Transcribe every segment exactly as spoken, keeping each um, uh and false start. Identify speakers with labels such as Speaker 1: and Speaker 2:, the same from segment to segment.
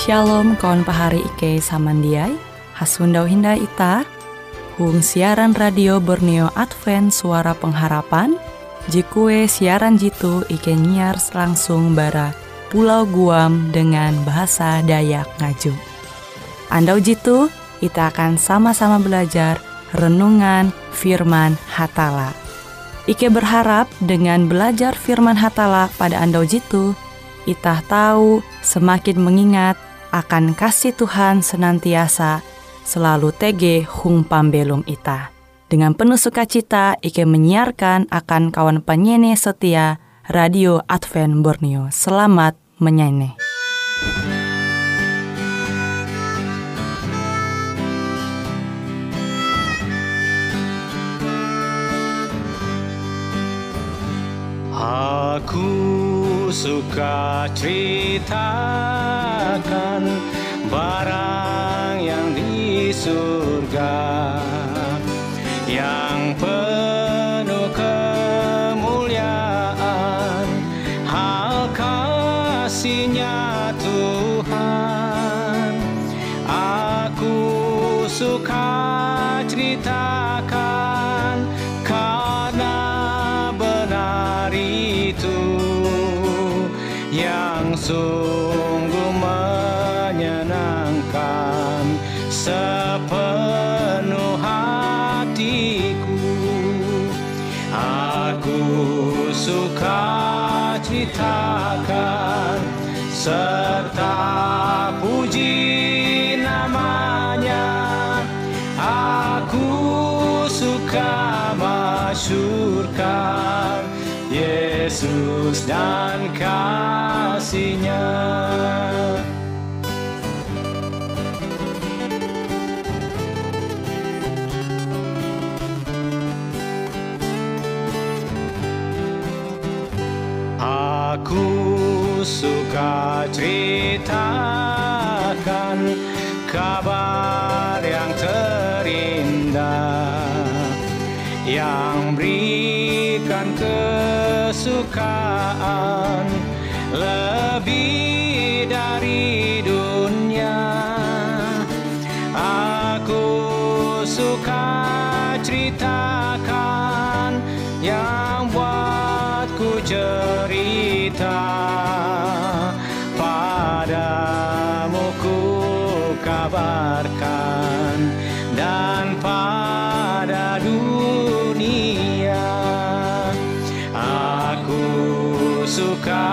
Speaker 1: Shalom kawan pahari Ike samandiai, hasundau hindai ita, hung siaran radio Borneo Advent Suara Pengharapan, jikue siaran jitu Ike nyiar langsung bara Pulau Guam dengan bahasa Dayak Ngaju. Andau jitu, kita akan sama-sama belajar renungan firman Hatala. Ike berharap dengan belajar firman Hatala pada andau jitu, itah tahu semakin mengingat akan kasih Tuhan senantiasa selalu tege hung pambelum itah. Dengan penuh sukacita Ike menyiarkan akan kawan penyanyi setia Radio Advent Borneo. Selamat menyanyi.
Speaker 2: Aku suka ceritakan barang yang di surga, yang penuh kemuliaan, hal kasih-Nya Tuhan. Aku suka ceritakan karena benar itu yang sungguh menyenangkan sepenuh hatiku. Aku suka ceritakan serta puji namanya. Aku suka masyurkan Yesus dan kasih-Nya. Aku suka ceritakan kabar yang terindah, yang berikan kesukaan lebih dari dunia. Aku suka ceritakan yang buatku cerita, padamu ku kabarkan dan pada dunia. Aku suka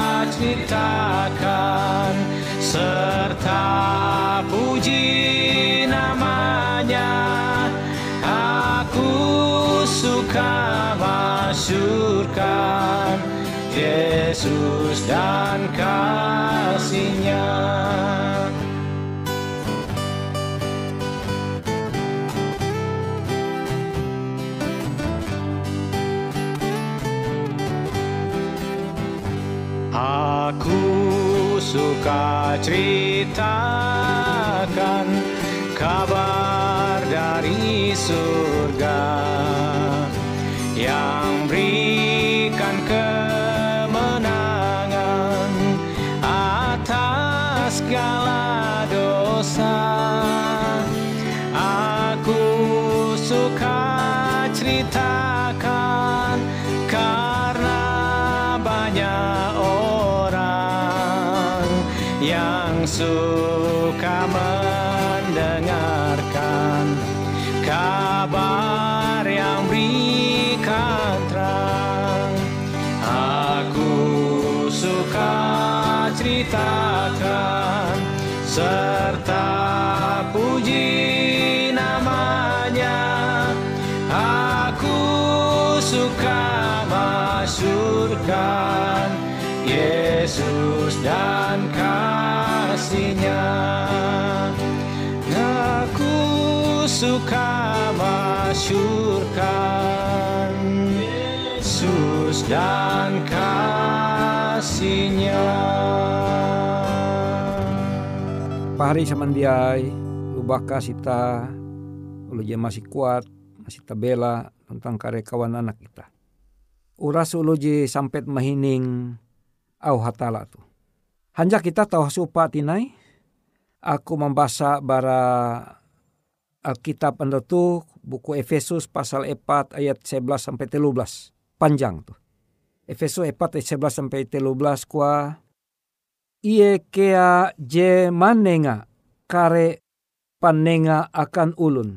Speaker 2: ceritakan serta puji namanya. Aku suka masyurkan Yesus dan kasih-Nya. Aku suka ceritakan kabar dari surga, yang berikan kemenangan atas segala dosa. Aku suka ceritakan karena banyak orang yang suka mendengarkan kabar yang berikan terang. Aku suka ceritakan serta puji namanya. Aku suka masyurkan Yesus dan kasih-Nya. Aku suka masyurkan Yesus dan kasih-Nya.
Speaker 3: Pahari samandiai, lubaka sita, ulu je masih kuat, masih tabela tentang karya kawan anak kita. Uras ulu je sampet mahining au hatala tu. Hanja kita tahu supa tinai, Aku membaca bara Alkitab anda tuh buku Efesus pasal empat ayat sebelas sampai tiga belas. Panjang tuh. Efesus empat ayat sebelas sampai tiga belas kuah. Ie kea je manenga kare panenga akan ulun.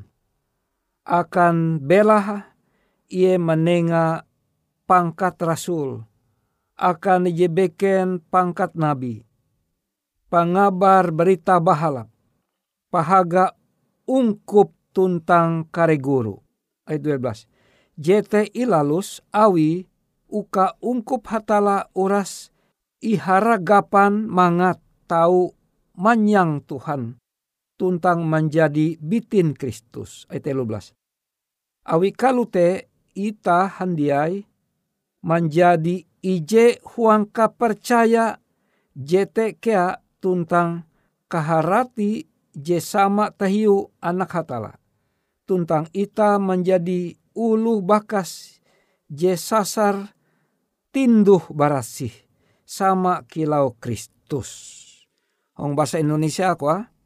Speaker 3: Akan belah ie manenga pangkat rasul. Akan je beken pangkat nabi. Pangabar berita bahalap. Pahaga ungkup tuntang kare guru. Ayat dua belas. Jete ilalus awi uka ungkup hatala uras iharagapan mangat tahu manyang Tuhan tuntang menjadi bitin Kristus. Ayat tiga belas. Awi kalute ita handiai menjadi ije huangka percaya jete kea tuntang kaharati je sama tahiu anak hatala. Tuntang ita menjadi ulu bakas je sasar tinduh barasih sama kilau Kristus. Hong bahasa Indonesia aku ah.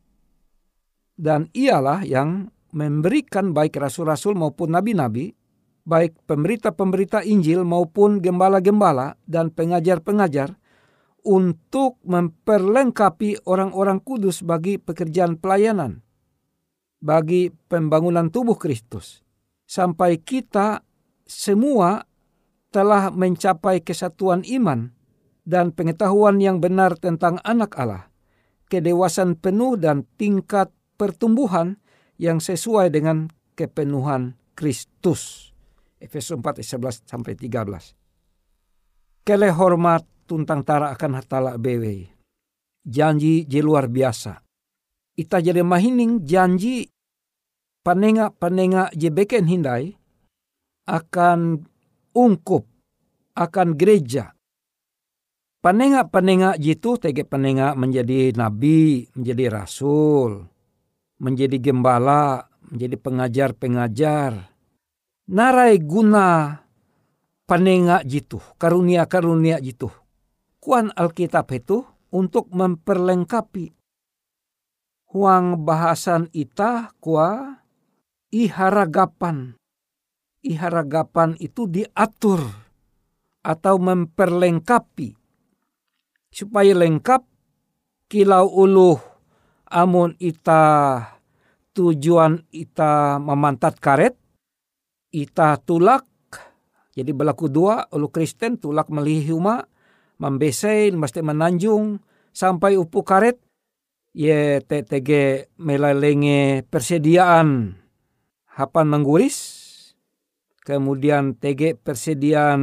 Speaker 3: Dan ialah yang memberikan baik rasul-rasul maupun nabi-nabi, baik pemberita-pemberita Injil maupun gembala-gembala dan pengajar-pengajar, untuk memperlengkapi orang-orang kudus bagi pekerjaan pelayanan, bagi pembangunan tubuh Kristus, sampai kita semua telah mencapai kesatuan iman dan pengetahuan yang benar tentang anak Allah, kedewasaan penuh dan tingkat pertumbuhan yang sesuai dengan kepenuhan Kristus. Efesus empat ayat sebelas sampai tiga belas. Kele hormat tuntang tara akan hatala bewe. Janji je luar biasa. Ita jadi mahining janji panenga-panenga je beken hindai akan ungkup, akan gereja. Panenga-panenga jitu tege panenga menjadi nabi, menjadi rasul, menjadi gembala, menjadi pengajar-pengajar. Narai guna panenga jitu, karunia-karunia jitu. Kuan Alkitab itu untuk memperlengkapi. Huang bahasan ita kua iharagapan. Iharagapan itu diatur atau memperlengkapi. Supaya lengkap kilau uluh amun ita tujuan ita memantat karet. Ita tulak. Jadi berlaku dua ulu Kristen tulak melihuma. Membesai, mesti menanjung, sampai upu karet, ye T T G melalenge persediaan hapan mengguris, kemudian T G persediaan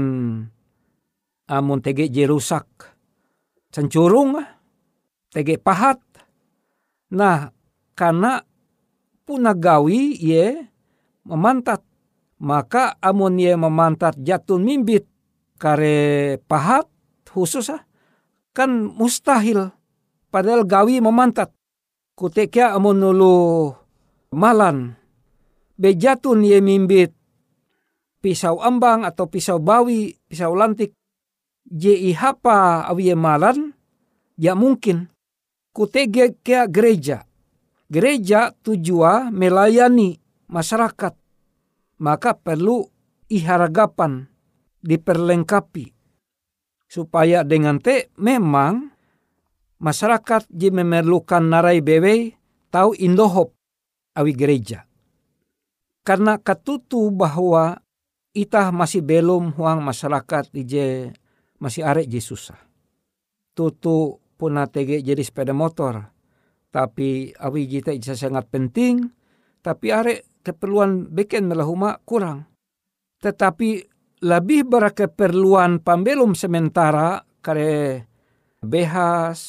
Speaker 3: amun T G jerusak, cencurung, T G pahat. Nah, karena punagawi ye memantat, maka amun ye memantat jatun mimbit kare pahat, khusus ah, kan mustahil. Padahal gawi memantat. Kutekia amun nulu malan. Bejatun ye mimbit pisau ambang atau pisau bawi, pisau lantik. Je ihapa awi ye malan, ya mungkin. Kutekia gereja. Gereja tujua melayani masyarakat. Maka perlu iharagapan, diperlengkapi. Supaya dengan te memang masyarakat je memerlukan narai bewe tahu indohop awi gereja. Karena katutu bahwa itah masih belum huang masyarakat je masih arek je susah. Tutu puna tege jadi sepeda motor. Tapi awi jita isa sangat penting. Tapi arek keperluan beken melahuma kurang. Tetapi lebih berkeperluan pambelum sementara kare behas,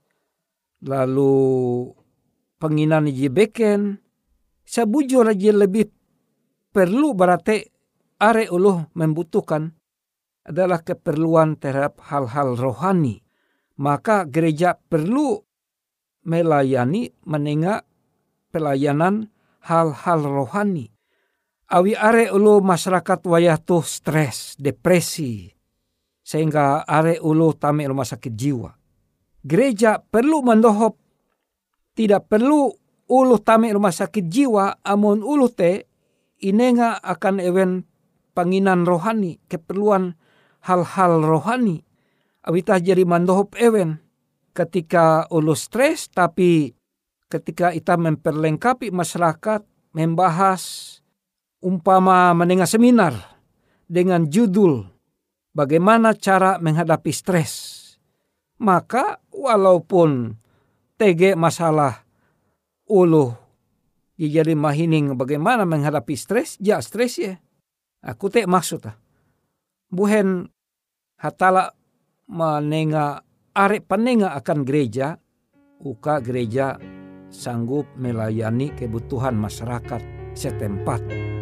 Speaker 3: lalu penginan je beken, sabujur aja lebih perlu berarti are uluh membutuhkan adalah keperluan terhadap hal-hal rohani. Maka gereja perlu melayani menengah pelayanan hal-hal rohani. Awi are ulu masyarakat wayah tuh stres, depresi. Sehingga are ulu tame rumah sakit jiwa. Gereja perlu mendohop Tidak perlu uluh tame rumah sakit jiwa, amun uluh te inenga akan ewen panginan rohani, keperluan hal-hal rohani. Awitah jadi mandohop ewen ketika uluh stres, tapi ketika kita memperlengkapi masyarakat, membahas umpama menengah seminar dengan judul bagaimana cara menghadapi stres. Maka walaupun tege masalah uluh jadi mahining bagaimana menghadapi stres, ja stres ya. Aku te maksud ah. Buhen hatala menenga arek panenga akan gereja, uka gereja sanggup melayani kebutuhan masyarakat setempat.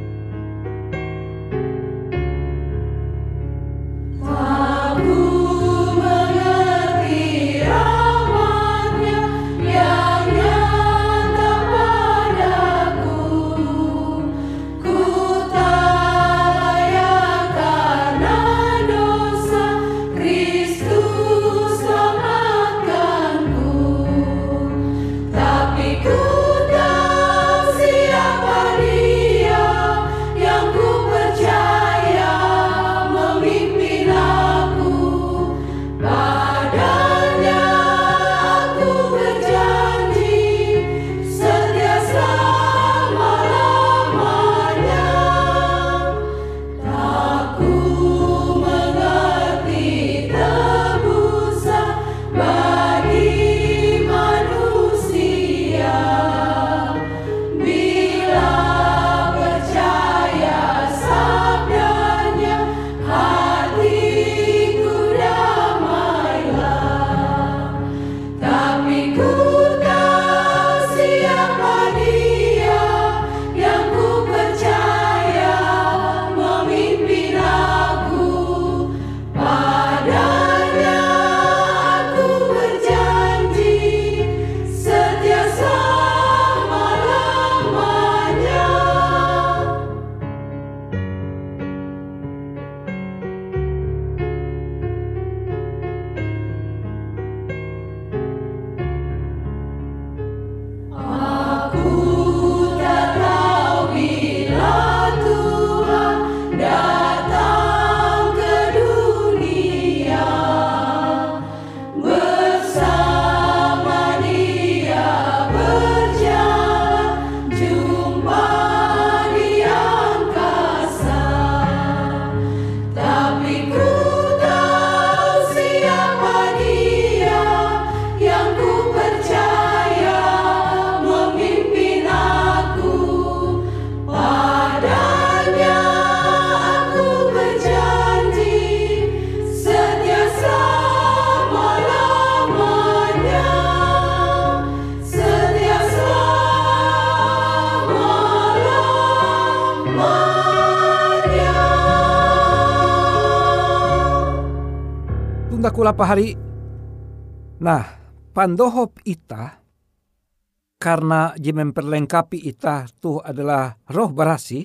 Speaker 3: Kula pahari. Nah, pandohop ita karena je memperlengkapi ita tuh adalah roh barasi,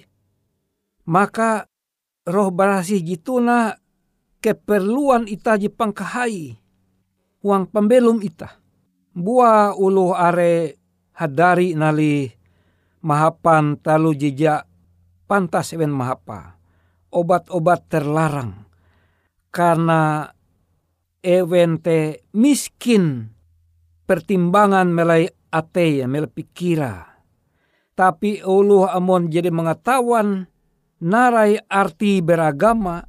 Speaker 3: maka roh barasi gituna keperluan ita je pangkahai uang pembelum ita. Bua ulu are hadari nali mahapan talu jejak pantas ewen mahapa. Obat-obat terlarang karena ewen te miskin pertimbangan melai ate melai pikira. Tapi uluh amon jadi mengetahuan narai arti beragama,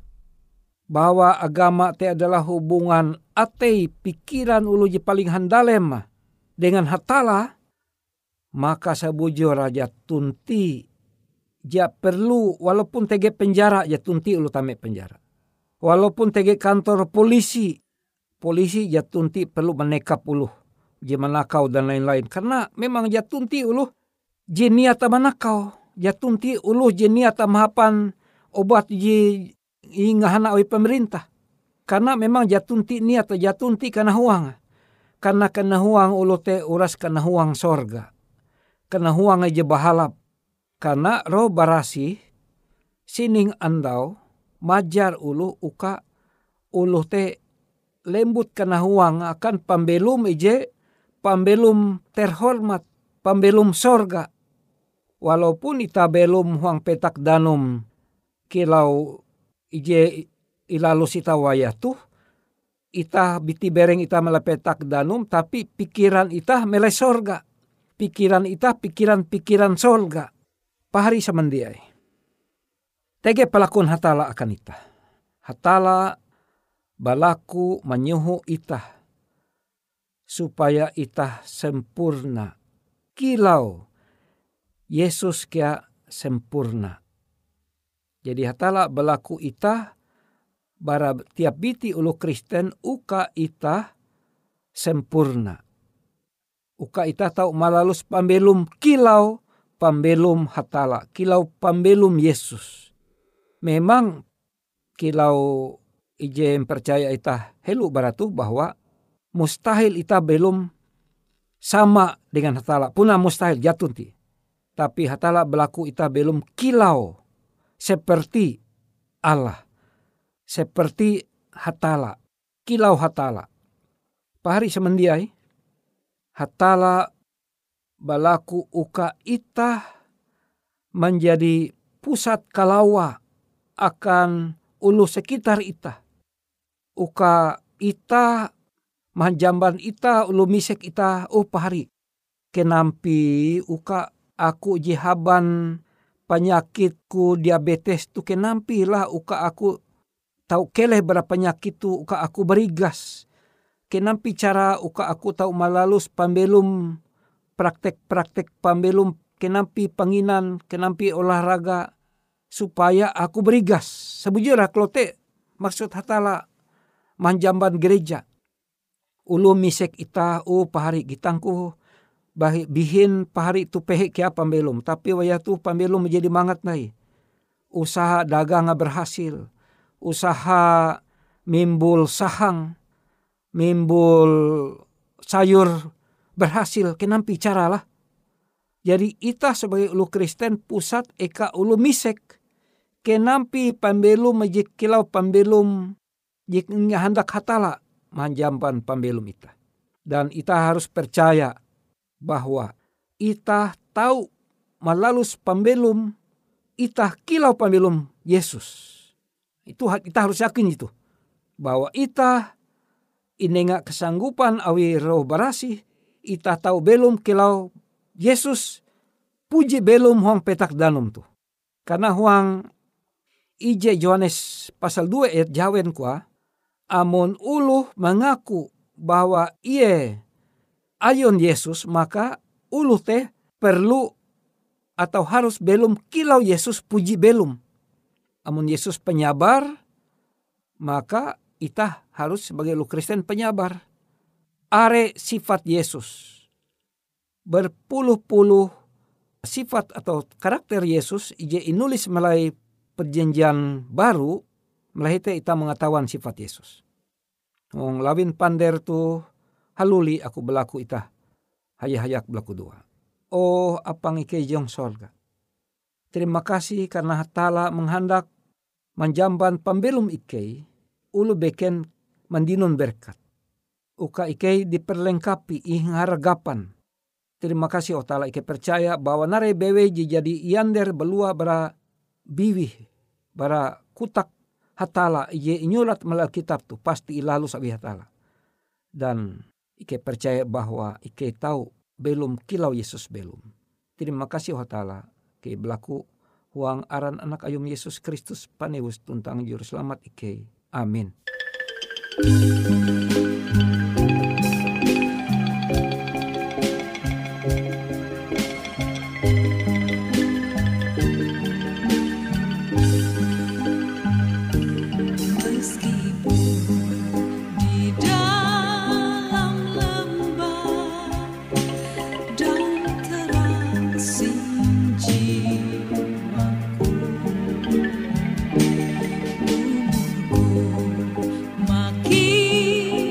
Speaker 3: bahwa agama te adalah hubungan ate pikiran ulu je paling handalem dengan hatala, maka sabujo raja tunti ja perlu walaupun tege penjara ja tunti ulu tame penjara. Walaupun tege kantor polisi, polisi jatunti perlu menekap uluh, je manakau dan lain-lain. Karena memang jatunti uluh je niata manakau, jatunti uluh je niata mahapan obat je ingahana oleh pemerintah. Karena memang jatunti niata jatunti kana huang. Karena kana huang uluh te uras kana huang sorga. Kana huang aja bahalap. Karena roh barasi sining andau majar uluh uka uluh te lembut kana huang akan pambelum ije pambelum terhormat, pambelum sorga. Walaupun ita belum huang petak danum kilau ije ilalus ita wayah tuh, ita biti bereng ita mele petak danum, tapi pikiran ita mele sorga. Pikiran ita pikiran-pikiran sorga. Pahari samandiai. Tege pelakon hatala akan ita. Hatala balaku menyuhu ita supaya ita sempurna. Kilau Yesus kia sempurna. Jadi hatala balaku ita bara tiap biti ulu Kristen uka ita sempurna. Uka ita tau malalus pambelum kilau pambelum hatala, kilau pambelum Yesus. Memang kilau ije percaya ita helu baratu bahwa mustahil ita belum sama dengan hatala. Punah mustahil jatun ti. Tapi hatala berlaku ita belum kilau seperti Allah. Seperti hatala. Kilau hatala. Pahari semendiai. Hatala berlaku uka ita menjadi pusat kalawa akan ulu sekitar ita. Uka ita manjamban ita ulu misek ita oh pahari. Kenampi uka aku jihaban penyakitku diabetes tu kenampi lah uka aku tahu keleh bara penyakit tu uka aku berigas. Kenampi cara uka aku tahu malalus pambelum praktek-praktek pambelum kenampi panginan, kenampi olahraga supaya aku berigas. Sebujurlah klote maksud hatala manjamban gereja. Ulu misek ita oh pahari gitangku bahi bihin pahari tu pehek kia pambelum. Tapi waya tu pambelum menjadi mangat nai. Usaha dagang berhasil. Usaha mimbul sahang. Mimbul sayur berhasil. Kenampi cara lah. Jadi ita sebagai ulu Kristen pusat eka ulu misek. Kenampi pambelum majik kilau pambelum jik hendak hatala manjamban pambelum ita. Dan ita harus percaya bahwa ita tahu malalus pambelum ita kilau pambelum Yesus. Itu kita harus yakin itu. Bahwa ita inenga kesanggupan awi roh barasih. Ita tahu belum kilau Yesus. Puji belum huang petak danum tu. Karena huang ije Yohanes pasal dua ayat jawen kuah. Amun uluh mengaku bahwa iye ayon Yesus, maka uluh teh perlu atau harus belum kilau Yesus puji belum. Amun Yesus penyabar, maka ita harus sebagai ulu Kristen penyabar. Are sifat Yesus. Berpuluh-puluh sifat atau karakter Yesus ije inulis melalui perjanjian baru, melahite ita mengetahuan sifat Yesus. Wong lawin pander tu haluli aku berlaku ita. Hayak-hayak berlaku dua. Oh apang ike jong sorga. Terima kasih karena hatala menghendak manjamban pambelum ike. Ulu beken mandinun berkat. Uka ike diperlengkapi ing haragapan. Terima kasih oh tala ike percaya bahwa nare bewe jadi iander belua bara biwih. Bara kutak hatala ije inyulat melalui kitab tu pasti ilalu sabi hatala. Dan ike percaya bahwa ike tahu belum kilau Yesus belum. Terima kasih hatala ke berlaku huang aran anak ayum Yesus Kristus panewus tuntang juru selamat ike. Amin.
Speaker 4: Makin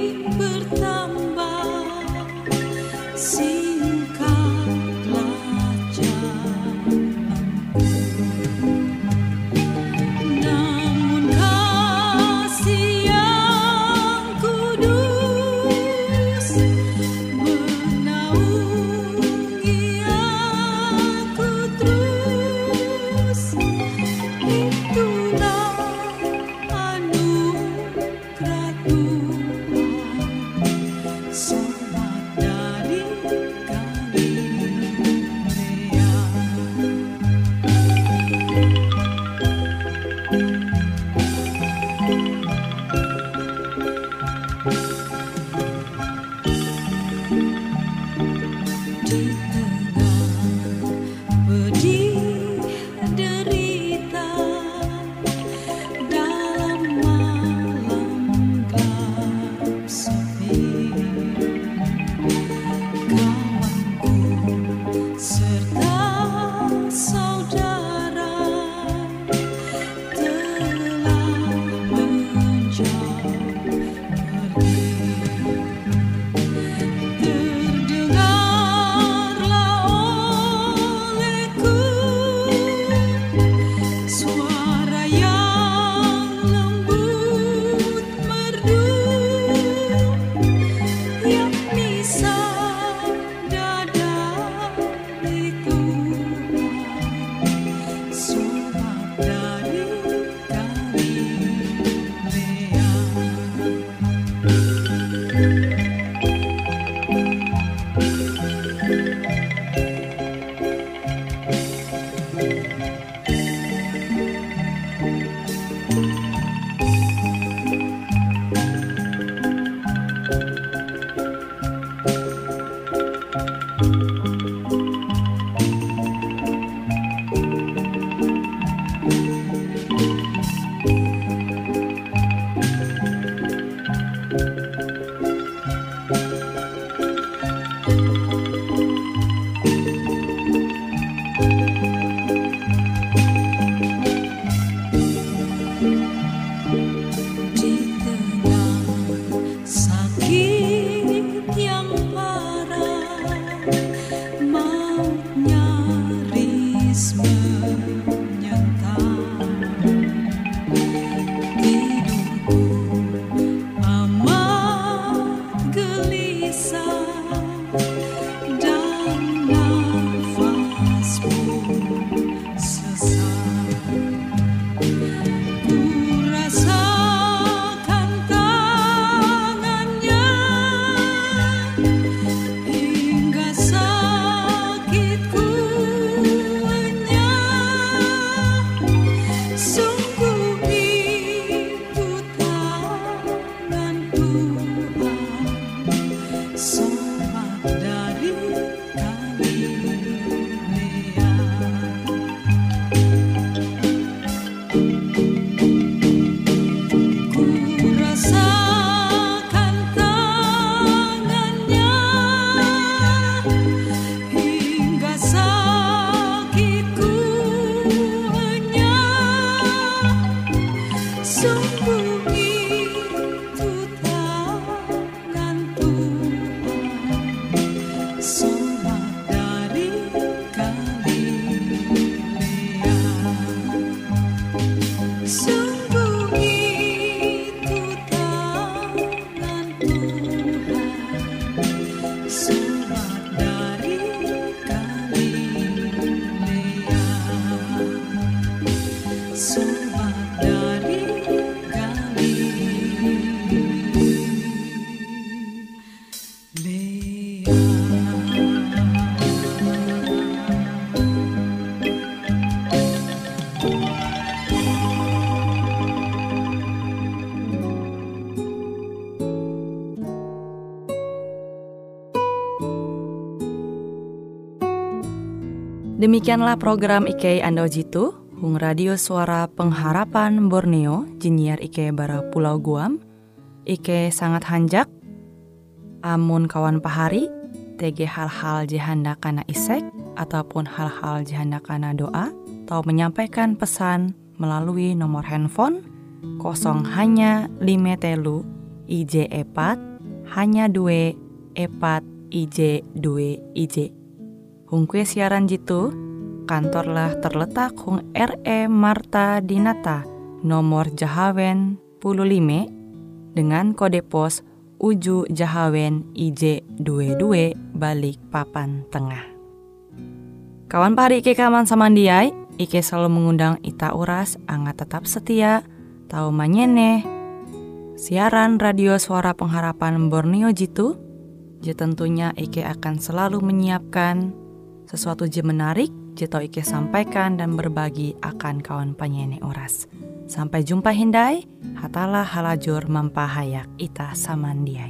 Speaker 1: Demikianlah program Ike Ando Jitu, Hung Radio Suara Pengharapan Borneo, Jinnyar Ike bara Pulau Guam. Ike sangat hanjak, amun kawan pahari, tege hal-hal jihanda kana isek, ataupun hal-hal jihanda kana doa, atau menyampaikan pesan melalui nomor handphone kosong hanya lima telu I J epat, hanya dua epat I J dua I J. Hung kue siaran jitu, kantorlah terletak Hung R E Marta Dinata, nomor Jahawen puluh lima, dengan kode pos Uju Jahawen I J dua dua Balik Papan Tengah. Kawan pahari Ike kaman samandiai, Ike selalu mengundang ita uras, angga tetap setia, tau manyene, siaran radio Suara Pengharapan Borneo jitu, je tentunya Ike akan selalu menyiapkan sesuatu je menarik, je tau Ike sampaikan dan berbagi akan kawan penyanyi oras. Sampai jumpa hindai, hatalah halajur mempahayak ita samandiai.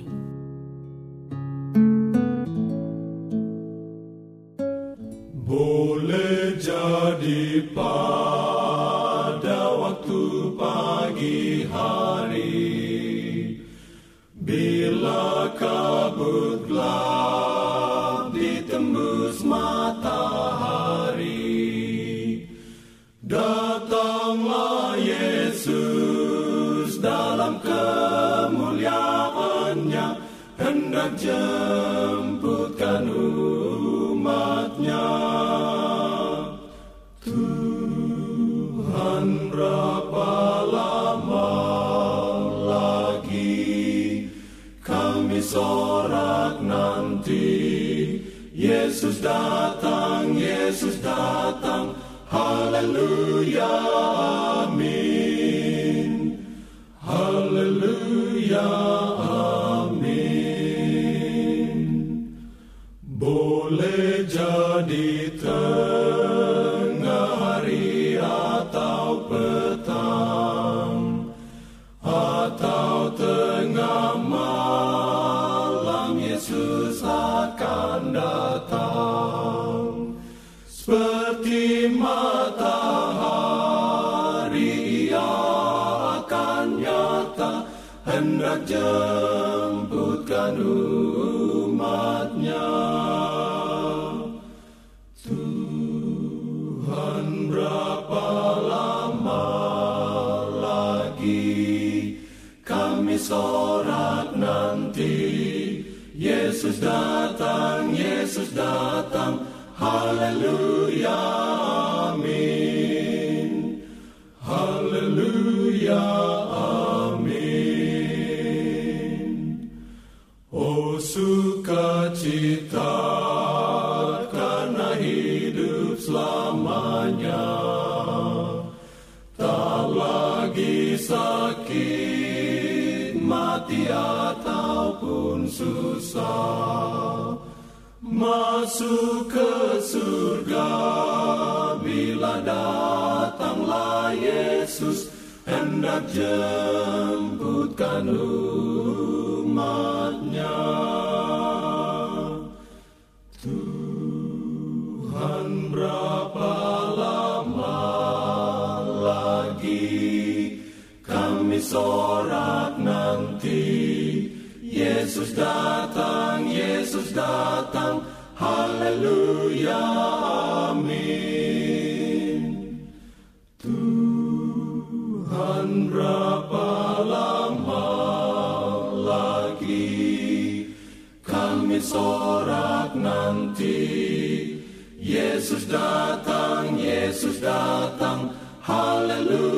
Speaker 2: Boleh jadi pada waktu pagi hari, bila kabut gelap ditembus matahari, datanglah Yesus dalam kemuliaannya, hendak jemputkan umatnya. Tuhan, berapa lama lagi kami sorak nanti Yesus datang, Yesus datang, haleluya, amin, haleluya, amin. Boleh jadi tengah hari atau petang, atau tengah malam, Yesus akan datang. Seperti matahari Ia akan nyata, hendak jemputkan umatnya. Tuhan, berapa lama lagi kami sorak nanti Yesus datang, Yesus datang, haleluya, amin, haleluya, amin. Oh sukacita karena hidup selamanya, tak lagi sakit, mati ataupun susah, masuk ke surga bila datanglah Yesus, hendak jemputkan umatnya. Tuhan, berapa lama lagi kami sorak nanti Yesus datang, Yesus datang, haleluya, amin. Tuhan, berapa lama lagi kami sorak nanti Yesus datang, Yesus datang, haleluya.